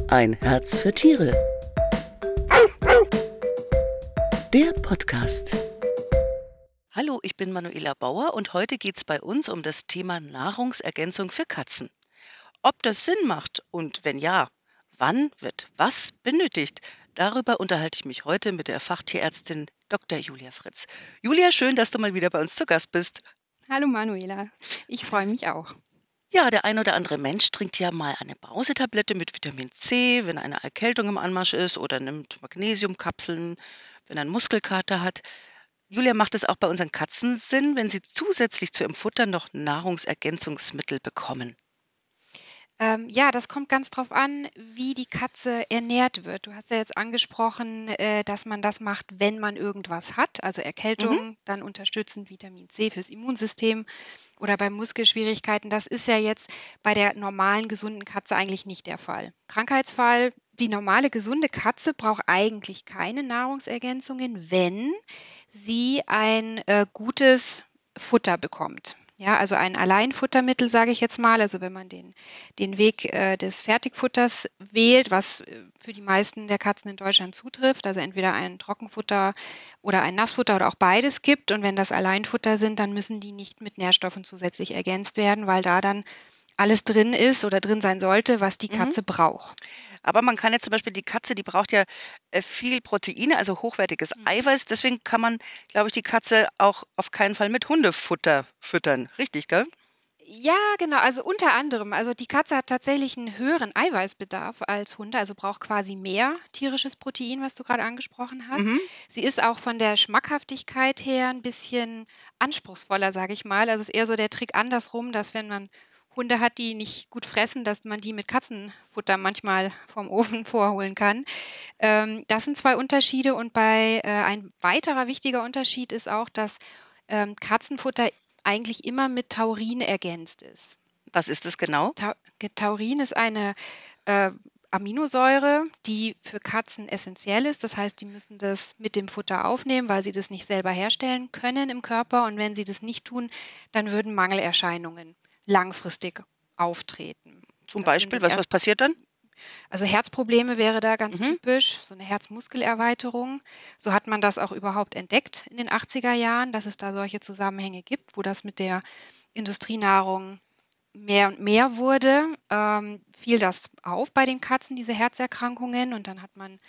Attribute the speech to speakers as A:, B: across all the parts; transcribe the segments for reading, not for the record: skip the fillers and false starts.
A: Ein Herz für Tiere. Der Podcast.
B: Hallo, ich bin Manuela Bauer und heute geht es bei uns um das Thema Nahrungsergänzung für Katzen. Ob das Sinn macht und wenn ja, wann wird was benötigt? Darüber unterhalte ich mich heute mit der Fachtierärztin Dr. Julia Fritz. Julia, schön, dass du mal wieder bei uns zu Gast bist.
C: Hallo Manuela, ich freue mich auch.
B: Ja, der ein oder andere Mensch trinkt ja mal eine Brausetablette mit Vitamin C, wenn eine Erkältung im Anmarsch ist, oder nimmt Magnesiumkapseln, wenn er einen Muskelkater hat. Julia, macht es auch bei unseren Katzen Sinn, wenn sie zusätzlich zu ihrem Futter noch Nahrungsergänzungsmittel bekommen?
C: Ja, das kommt ganz drauf an, wie die Katze ernährt wird. Du hast ja jetzt angesprochen, dass man das macht, wenn man irgendwas hat, also
B: Mhm.
C: Erkältung, dann unterstützend Vitamin C fürs Immunsystem oder bei Muskelschwierigkeiten. Das ist ja jetzt bei der normalen, gesunden Katze eigentlich nicht der Fall. Krankheitsfall, die normale, gesunde Katze braucht eigentlich keine Nahrungsergänzungen, wenn sie ein gutes Futter bekommt. Ja, also ein Alleinfuttermittel, sage ich jetzt mal. Also wenn man den Weg des Fertigfutters wählt, was für die meisten der Katzen in Deutschland zutrifft, also entweder ein Trockenfutter oder ein Nassfutter oder auch beides gibt. Und wenn das Alleinfutter sind, dann müssen die nicht mit Nährstoffen zusätzlich ergänzt werden, weil da dann alles drin ist oder drin sein sollte, was die
B: Mhm.
C: Katze braucht.
B: Aber man kann jetzt zum Beispiel die Katze, die braucht ja viel Proteine, also hochwertiges
C: Mhm.
B: Eiweiß. Deswegen kann man, glaube ich, die Katze auch auf keinen Fall mit Hundefutter füttern. Richtig, gell?
C: Ja, genau, also unter anderem. Also die Katze hat tatsächlich einen höheren Eiweißbedarf als Hunde, also braucht quasi mehr tierisches Protein, was du gerade angesprochen hast.
B: Mhm.
C: Sie ist auch von der Schmackhaftigkeit her ein bisschen anspruchsvoller, sage ich mal. Also, es ist eher so der Trick andersrum, dass wenn man Hunde hat, die nicht gut fressen, dass man die mit Katzenfutter manchmal vom Ofen vorholen kann. Das sind 2 Unterschiede und ein weiterer wichtiger Unterschied ist auch, dass, Katzenfutter eigentlich immer mit Taurin ergänzt ist.
B: Was ist das genau?
C: Taurin ist eine, äh, Aminosäure, die für Katzen essentiell ist. Das heißt, die müssen das mit dem Futter aufnehmen, weil sie das nicht selber herstellen können im Körper. Und wenn sie das nicht tun, dann würden Mangelerscheinungen langfristig auftreten.
B: Zum
C: Das sind
B: Beispiel,
C: dann
B: was
C: erst
B: passiert dann?
C: Also Herzprobleme wäre da ganz
B: Mhm.
C: typisch, so eine Herzmuskelerweiterung. So hat man das auch überhaupt entdeckt in den 80er Jahren, dass es da solche Zusammenhänge gibt, wo das mit der Industrienahrung mehr und mehr wurde, fiel das auf bei den Katzen, diese Herzerkrankungen. Und dann hat man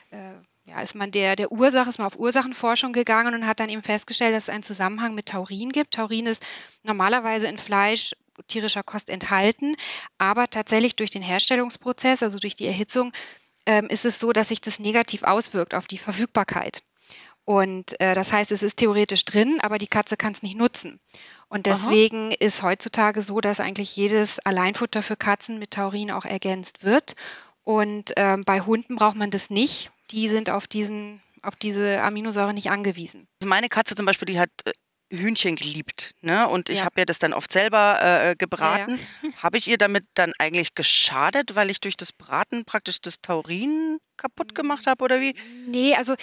C: ja, ist man auf Ursachenforschung gegangen und hat dann eben festgestellt, dass es einen Zusammenhang mit Taurin gibt. Taurin ist normalerweise in Fleisch tierischer Kost enthalten, aber tatsächlich durch den Herstellungsprozess, also durch die Erhitzung, ist es so, dass sich das negativ auswirkt auf die Verfügbarkeit. Und das heißt, es ist theoretisch drin, aber die Katze kann es nicht nutzen. Und
B: Aha.
C: deswegen ist heutzutage so, dass eigentlich jedes Alleinfutter für Katzen mit Taurin auch ergänzt wird. Und bei Hunden braucht man das nicht. Die sind auf diese Aminosäure nicht angewiesen.
B: Also meine Katze zum Beispiel, die hat Hühnchen geliebt, ne? Und ich
C: Ja,
B: habe ihr das dann oft selber
C: ja, ja.
B: gebraten. Habe ich ihr damit dann eigentlich geschadet, weil ich durch das Braten praktisch das Taurin kaputt gemacht habe oder wie?
C: Nee, also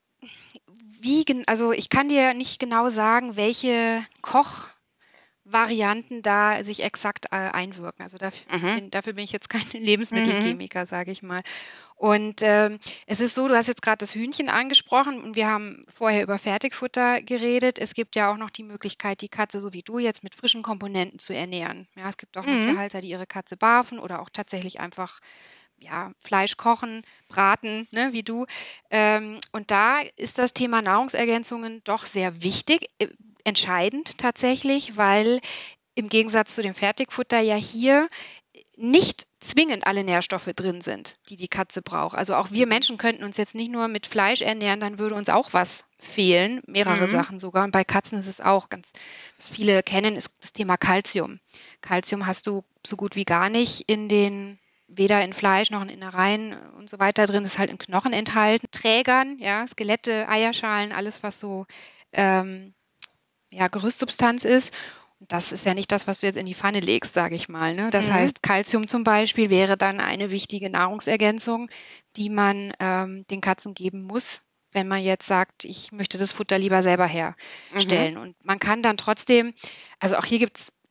C: also ich kann dir nicht genau sagen, welche Kochvarianten da sich exakt einwirken. Also
B: Mhm.
C: dafür bin ich jetzt kein
B: Mhm.
C: Lebensmittelchemiker, sage ich mal. Und es ist so, du hast jetzt gerade das Hühnchen angesprochen und wir haben vorher über Fertigfutter geredet. Es gibt ja auch noch die Möglichkeit, die Katze, so wie du jetzt, mit frischen Komponenten zu ernähren. Ja, es gibt auch noch
B: Mhm.
C: Tierhalter, die ihre Katze barfen oder auch tatsächlich einfach ja, Fleisch kochen, braten, ne, wie du. Und da ist das Thema Nahrungsergänzungen doch sehr wichtig, entscheidend tatsächlich, weil im Gegensatz zu dem Fertigfutter ja hier nicht zwingend alle Nährstoffe drin sind, die die Katze braucht. Also auch wir
B: Mhm.
C: Menschen könnten uns jetzt nicht nur mit Fleisch ernähren, dann würde uns auch was fehlen, mehrere
B: Mhm.
C: Sachen sogar. Und bei Katzen ist es auch was viele kennen, ist das Thema Calcium. Calcium hast du so gut wie gar nicht weder in Fleisch noch in Innereien und so weiter drin, ist halt in Knochen enthalten. Trägern, ja, Skelette, Eierschalen, alles, was so ähm, ja, Gerüstsubstanz ist. Und das ist ja nicht das, was du jetzt in die Pfanne legst, sage ich mal. Ne? Das
B: Mhm.
C: heißt, Calcium zum Beispiel wäre dann eine wichtige Nahrungsergänzung, die man den Katzen geben muss, wenn man jetzt sagt, ich möchte das Futter lieber selber
B: Mhm.
C: herstellen. Und man kann dann trotzdem, also auch hier gibt es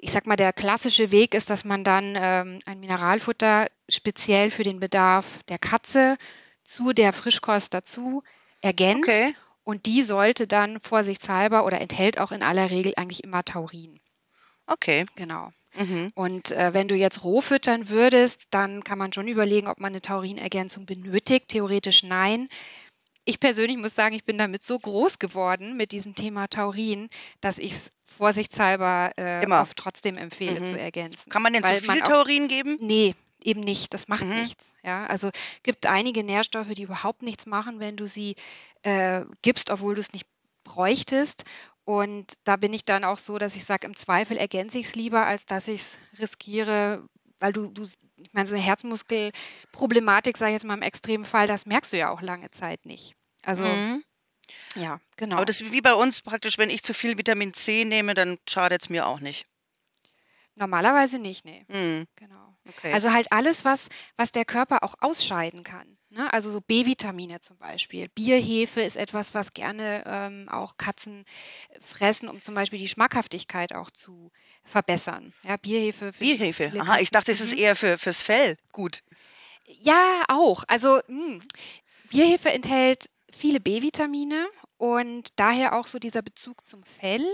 C: ich sag mal, der klassische Weg ist, dass man dann ein Mineralfutter speziell für den Bedarf der Katze zu der Frischkost dazu ergänzt.
B: Okay,
C: Und die sollte dann vorsichtshalber oder enthält auch in aller Regel eigentlich immer Taurin.
B: okay.
C: Genau.
B: Mhm.
C: Und wenn du jetzt roh füttern würdest, dann kann man schon überlegen, ob man eine Taurinergänzung benötigt. Theoretisch nein. Ich persönlich muss sagen, ich bin damit so groß geworden mit diesem Thema Taurin, dass ich es vorsichtshalber
B: Immer.
C: oft trotzdem empfehle zu
B: Mhm.
C: ergänzen.
B: Kann man denn zu
C: Weil man
B: viel
C: auch,
B: Taurin geben?
C: nee, eben nicht, das macht
B: Mhm.
C: nichts. Ja, also gibt einige Nährstoffe, die überhaupt nichts machen, wenn du sie gibst, obwohl du es nicht bräuchtest. Und da bin ich dann auch so, dass ich sage, im Zweifel ergänze ich es lieber, als dass ich es riskiere, weil ich meine, so eine Herzmuskelproblematik, sage ich jetzt mal im extremen Fall, das merkst du ja auch lange Zeit nicht. Also
B: Mhm.
C: ja,
B: Aber
C: genau.
B: das ist wie bei uns praktisch, wenn ich zu viel Vitamin C nehme, dann schadet es mir auch nicht.
C: Normalerweise nicht, ne.
B: Mhm.
C: Genau.
B: Okay.
C: Also halt alles, was der Körper auch ausscheiden kann, ne? Also so B-Vitamine zum Beispiel. Bierhefe ist etwas, was gerne auch Katzen fressen, um zum Beispiel die Schmackhaftigkeit auch zu verbessern. Ja, Bierhefe finden
B: Bierhefe.
C: viele
B: Aha, ich
C: Katzen.
B: dachte, es ist eher fürs Fell gut.
C: Ja, auch. Also Bierhefe enthält viele B-Vitamine und daher auch so dieser Bezug zum Fell.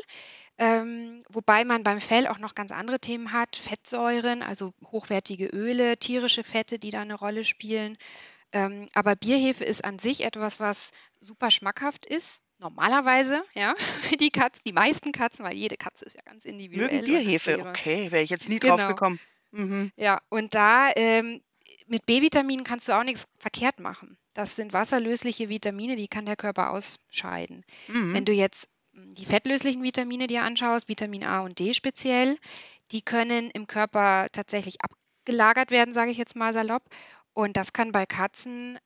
C: Wobei man beim Fell auch noch ganz andere Themen hat, Fettsäuren, also hochwertige Öle, tierische Fette, die da eine Rolle spielen. Aber Bierhefe ist an sich etwas, was super schmackhaft ist. Normalerweise, ja, für die Katzen, die meisten Katzen, weil jede Katze ist ja ganz
B: Mögen
C: individuell und hat so
B: Bierhefe.
C: ihre,
B: Okay, wäre ich jetzt nie drauf
C: genau,
B: gekommen. Mhm.
C: ja. Und da mit B-Vitaminen kannst du auch nichts verkehrt machen. Das sind wasserlösliche Vitamine, die kann der Körper ausscheiden.
B: Mhm.
C: Wenn du jetzt die fettlöslichen Vitamine dir anschaust, Vitamin A und D speziell, die können im Körper tatsächlich abgelagert werden, sage ich jetzt mal salopp. Und das kann bei Katzen,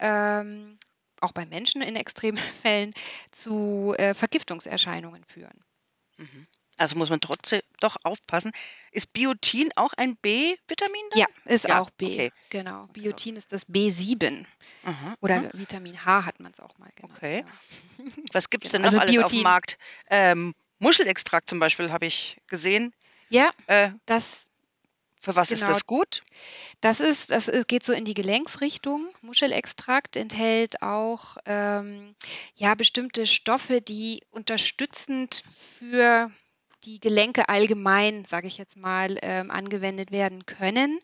C: auch bei Menschen in extremen Fällen, zu Vergiftungserscheinungen führen.
B: Mhm. Also muss man trotzdem doch aufpassen. Ist Biotin auch ein B-Vitamin
C: Ja,
B: dann?
C: ist
B: Ja,
C: auch B,
B: okay.
C: genau.
B: Okay.
C: Biotin ist das B7
B: Aha, aha.
C: oder Vitamin H hat man es auch mal genannt,
B: Okay.
C: ja.
B: Was gibt's
C: Genau,
B: denn noch
C: also
B: alles auf dem
C: Biotin.
B: Markt? Muschelextrakt zum Beispiel habe ich gesehen.
C: Ja,
B: Äh,
C: das
B: für was ist
C: genau.
B: das gut?
C: Das geht so in die Gelenksrichtung. Muschelextrakt enthält auch, ja, bestimmte Stoffe, die unterstützend für die Gelenke allgemein, sage ich jetzt mal, angewendet werden können.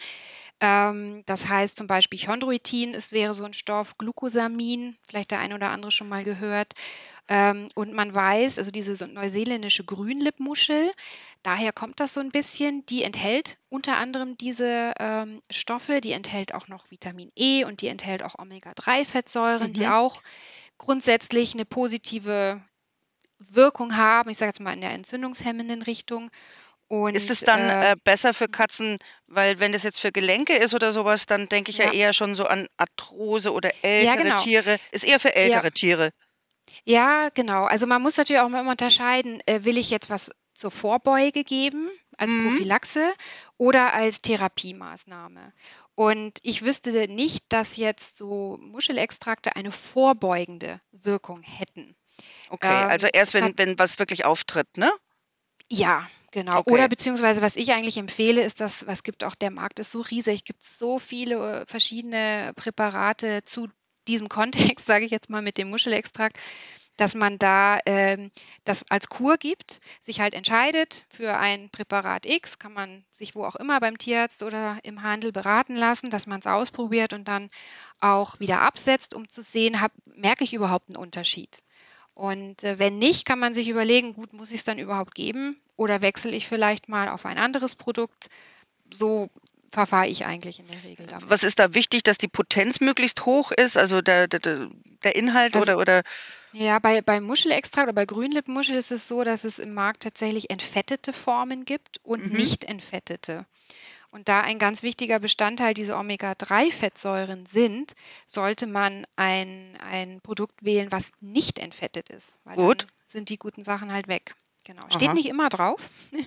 C: Das heißt zum Beispiel Chondroitin, es wäre so ein Stoff, Glucosamin, vielleicht der ein oder andere schon mal gehört. Und man weiß, also diese so neuseeländische Grünlippmuschel, daher kommt das so ein bisschen, die enthält unter anderem diese Stoffe, die enthält auch noch Vitamin E und die enthält auch Omega-3-Fettsäuren, die
B: Mhm.
C: auch grundsätzlich eine positive Wirkung haben, ich sage jetzt mal in der entzündungshemmenden Richtung.
B: Ist es
C: Und
B: dann, besser für
C: mhm.
B: Katzen, weil wenn das jetzt für Gelenke ist oder sowas, dann denke ich ja
C: Ja,
B: eher schon so an Arthrose oder
C: ja,
B: ältere
C: genau.
B: Tiere. Ist eher für
C: Ja,
B: ältere Tiere.
C: ja, genau. Also man muss natürlich auch mal immer unterscheiden, will ich jetzt was zur Vorbeuge geben, als
B: Mhm.
C: Prophylaxe oder als Therapiemaßnahme. Und ich wüsste nicht, dass jetzt so Muschelextrakte eine vorbeugende Wirkung hätten.
B: Okay, also erst
C: Es hat
B: wenn was wirklich auftritt, ne?
C: Ja, genau. Oder
B: Okay.
C: beziehungsweise was ich eigentlich empfehle, ist das, was gibt auch, der Markt ist so riesig, gibt so viele verschiedene Präparate zu diesem Kontext, sage ich jetzt mal mit dem Muschelextrakt, dass man da das als Kur gibt, sich halt entscheidet für ein Präparat X, kann man sich wo auch immer beim Tierarzt oder im Handel beraten lassen, dass man es ausprobiert und dann auch wieder absetzt, um zu sehen, merke ich überhaupt einen Unterschied. Und wenn nicht, kann man sich überlegen, gut, muss ich es dann überhaupt geben oder wechsle ich vielleicht mal auf ein anderes Produkt? So verfahre ich eigentlich in der Regel
B: Was
C: damit.
B: ist da wichtig, dass die Potenz möglichst hoch ist, also der Inhalt
C: Also
B: oder
C: ja, bei Muschelextrakt oder bei Grünlippmuschel ist es so, dass es im Markt tatsächlich entfettete Formen gibt und
B: mhm,
C: nicht entfettete. Und da ein ganz wichtiger Bestandteil diese Omega-3-Fettsäuren sind, sollte man ein Produkt wählen, was nicht entfettet ist, weil
B: gut.
C: dann sind die guten Sachen halt weg. Genau. Steht
B: Aha.
C: nicht immer drauf.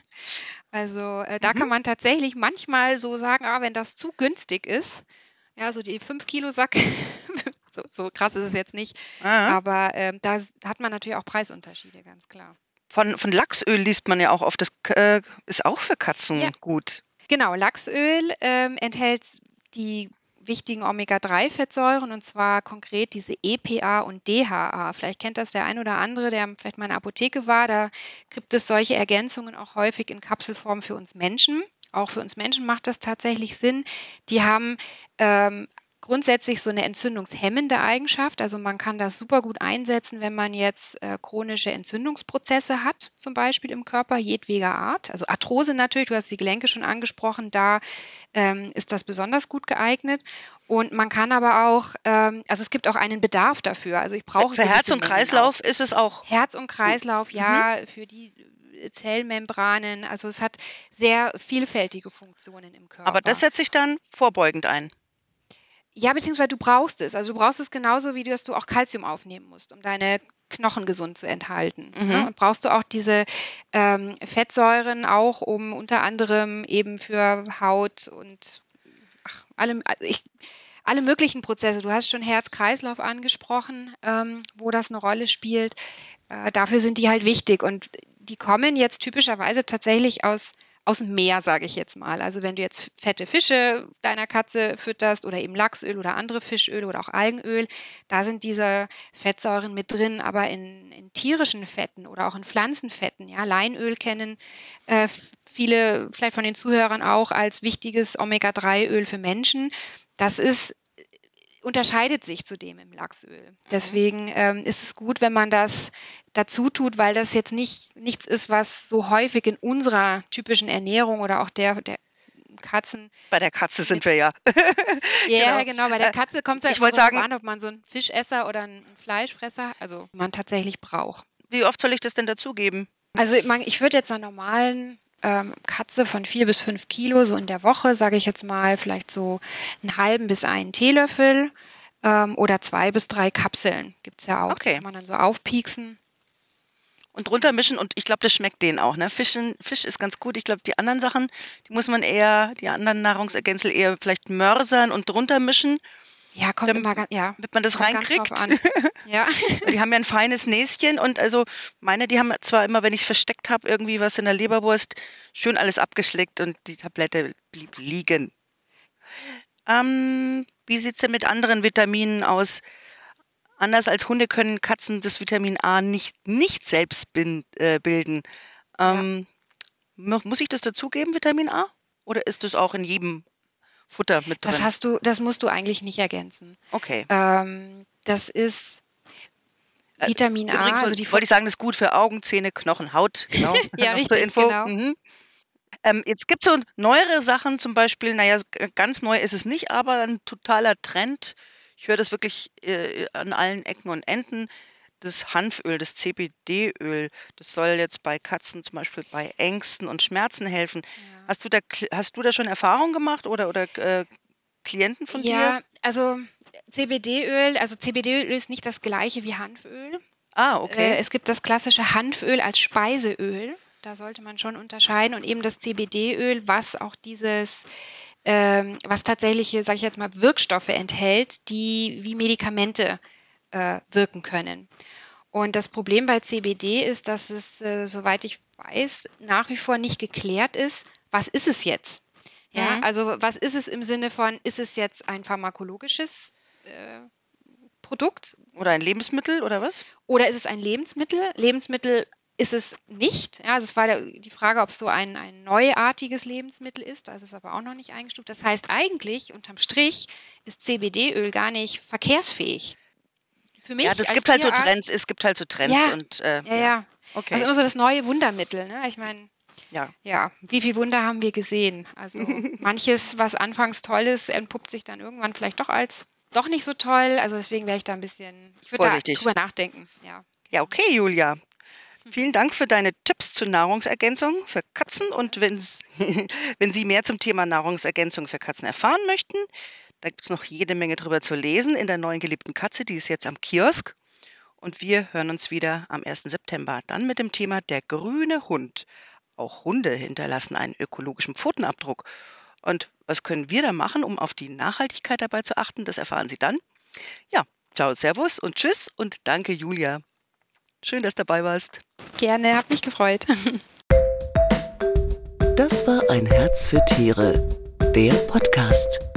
C: Also da
B: Mhm.
C: kann man tatsächlich manchmal so sagen, wenn das zu günstig ist, ja, so die 5 Kilo Sack, so krass ist es jetzt nicht,
B: Ah.
C: aber da hat man natürlich auch Preisunterschiede, ganz klar.
B: Von Lachsöl liest man ja auch oft, das ist auch für Katzen
C: Ja.
B: gut.
C: Genau, Lachsöl enthält die wichtigen Omega-3-Fettsäuren und zwar konkret diese EPA und DHA. Vielleicht kennt das der ein oder andere, der vielleicht mal in der Apotheke war. Da gibt es solche Ergänzungen auch häufig in Kapselform für uns Menschen. Auch für uns Menschen macht das tatsächlich Sinn. Die haben grundsätzlich so eine entzündungshemmende Eigenschaft. Also man kann das super gut einsetzen, wenn man jetzt chronische Entzündungsprozesse hat, zum Beispiel im Körper, jedweder Art. Also Arthrose natürlich, du hast die Gelenke schon angesprochen, da ist das besonders gut geeignet. Und man kann aber auch, also es gibt auch einen Bedarf dafür. Also ich brauche
B: Für Herz
C: gewisse
B: und
C: Mengen
B: Kreislauf
C: auch.
B: ist es auch
C: Herz und
B: gut.
C: Kreislauf, ja, für die Zellmembranen. Also es hat sehr vielfältige Funktionen im
B: Aber das
C: Körper.
B: setze ich dann vorbeugend ein.
C: Ja, beziehungsweise du brauchst es. Also du brauchst es genauso, wie dass du auch Kalzium aufnehmen musst, um deine Knochen gesund zu enthalten. Ne? Und brauchst du auch diese Fettsäuren auch, um unter anderem eben für Haut und alle möglichen Prozesse. Du hast schon Herz-Kreislauf angesprochen, wo das eine Rolle spielt. Dafür sind die halt wichtig. Und die kommen jetzt typischerweise tatsächlich aus dem Meer, sage ich jetzt mal. Also wenn du jetzt fette Fische deiner Katze fütterst oder eben Lachsöl oder andere Fischöle oder auch Algenöl, da sind diese Fettsäuren mit drin. Aber in tierischen Fetten oder auch in Pflanzenfetten, ja, Leinöl kennen viele vielleicht von den Zuhörern auch als wichtiges Omega-3-Öl für Menschen. Das unterscheidet sich zudem im Lachsöl. Deswegen ist es gut, wenn man das dazu tut, weil das jetzt nichts ist, was so häufig in unserer typischen Ernährung oder auch der Katzen.
B: Bei der Katze sind wir ja.
C: Ja, genau. Bei der Katze kommt es halt
B: Ich
C: immer
B: wollte
C: so drauf
B: sagen,
C: an, ob man so ein Fischesser oder ein Fleischfresser, also man tatsächlich braucht.
B: wie oft soll ich das denn dazugeben?
C: Also ich würde jetzt einer normalen Katze von 4 bis 5 Kilo, so in der Woche, sage ich jetzt mal, vielleicht so einen halben bis einen Teelöffel oder 2 bis 3 Kapseln gibt es ja auch. Die
B: Okay.
C: kann man dann so aufpieksen.
B: Und drunter mischen und ich glaube, das schmeckt denen auch. Ne? Fisch ist ganz gut. Ich glaube, die anderen Sachen, die anderen Nahrungsergänzer eher vielleicht mörsern und drunter mischen,
C: Ja, kommt immer ganz, ja,
B: damit man das
C: kommt ganz drauf
B: reinkriegt.
C: an. Ja.
B: Die haben ja ein feines Näschen und also meine, die haben zwar immer, wenn ich versteckt habe, irgendwie was in der Leberwurst, schön alles abgeschleckt und die Tablette blieb liegen. Wie sieht es denn mit anderen Vitaminen aus? Anders als Hunde können Katzen das Vitamin A nicht selbst bilden. Muss ich das dazugeben, Vitamin A? Oder ist das auch in jedem Futter mit drin?
C: Das musst du eigentlich nicht ergänzen.
B: Okay.
C: Das ist Vitamin A.
B: Übrigens
C: Also
B: wollte ich sagen, das ist gut für Augen, Zähne, Knochen, Haut. Genau.
C: Ja,
B: Noch
C: richtig,
B: zur Info.
C: genau.
B: Jetzt gibt es so neuere Sachen, zum Beispiel, naja, ganz neu ist es nicht, aber ein totaler Trend. Ich höre das wirklich an allen Ecken und Enden. Das Hanföl, das CBD-Öl, das soll jetzt bei Katzen zum Beispiel bei Ängsten und Schmerzen helfen.
C: Ja.
B: Hast du da schon Erfahrung gemacht oder Klienten von dir?
C: Ja, also CBD-Öl ist nicht das gleiche wie Hanföl.
B: Okay.
C: Es gibt das klassische Hanföl als Speiseöl. Da sollte man schon unterscheiden. Und eben das CBD-Öl, was auch was tatsächliche, sage ich jetzt mal, Wirkstoffe enthält, die wie Medikamente wirken können. Und das Problem bei CBD ist, dass es, soweit ich weiß, nach wie vor nicht geklärt ist, was ist es jetzt? Ja, also was ist es im Sinne von, ist es jetzt ein pharmakologisches Produkt?
B: Oder ein Lebensmittel oder was?
C: Oder ist es ein Lebensmittel? Lebensmittel ist es nicht. Ja, also es war die Frage, ob es so ein neuartiges Lebensmittel ist. Da ist es aber auch noch nicht eingestuft. Das heißt eigentlich, unterm Strich, ist CBD-Öl gar nicht verkehrsfähig. Für mich
B: Ja, es
C: als
B: gibt halt so
C: Tierarzt,
B: Trends. Es gibt halt so Trends.
C: Ja,
B: Und,
C: ja.
B: Okay.
C: Also immer so das neue Wundermittel. Ne? Ich meine,
B: Ja.
C: wie viel Wunder haben wir gesehen? Also manches, was anfangs toll ist, entpuppt sich dann irgendwann vielleicht doch nicht so toll. Also deswegen wäre ich da ich würde da
B: Vorsichtig.
C: drüber nachdenken. Ja.
B: Ja, okay, Julia. Vielen Dank für deine Tipps zur Nahrungsergänzung für Katzen. Und wenn Sie mehr zum Thema Nahrungsergänzung für Katzen erfahren möchten, da gibt es noch jede Menge drüber zu lesen in der neuen geliebten Katze, die ist jetzt am Kiosk. Und wir hören uns wieder am 1. September, dann mit dem Thema der grüne Hund. Auch Hunde hinterlassen einen ökologischen Pfotenabdruck. Und was können wir da machen, um auf die Nachhaltigkeit dabei zu achten? Das erfahren Sie dann. Ja, ciao, servus und tschüss und danke, Julia. Schön, dass du dabei warst.
C: Gerne, hat mich gefreut.
A: Das war Ein Herz für Tiere, der Podcast.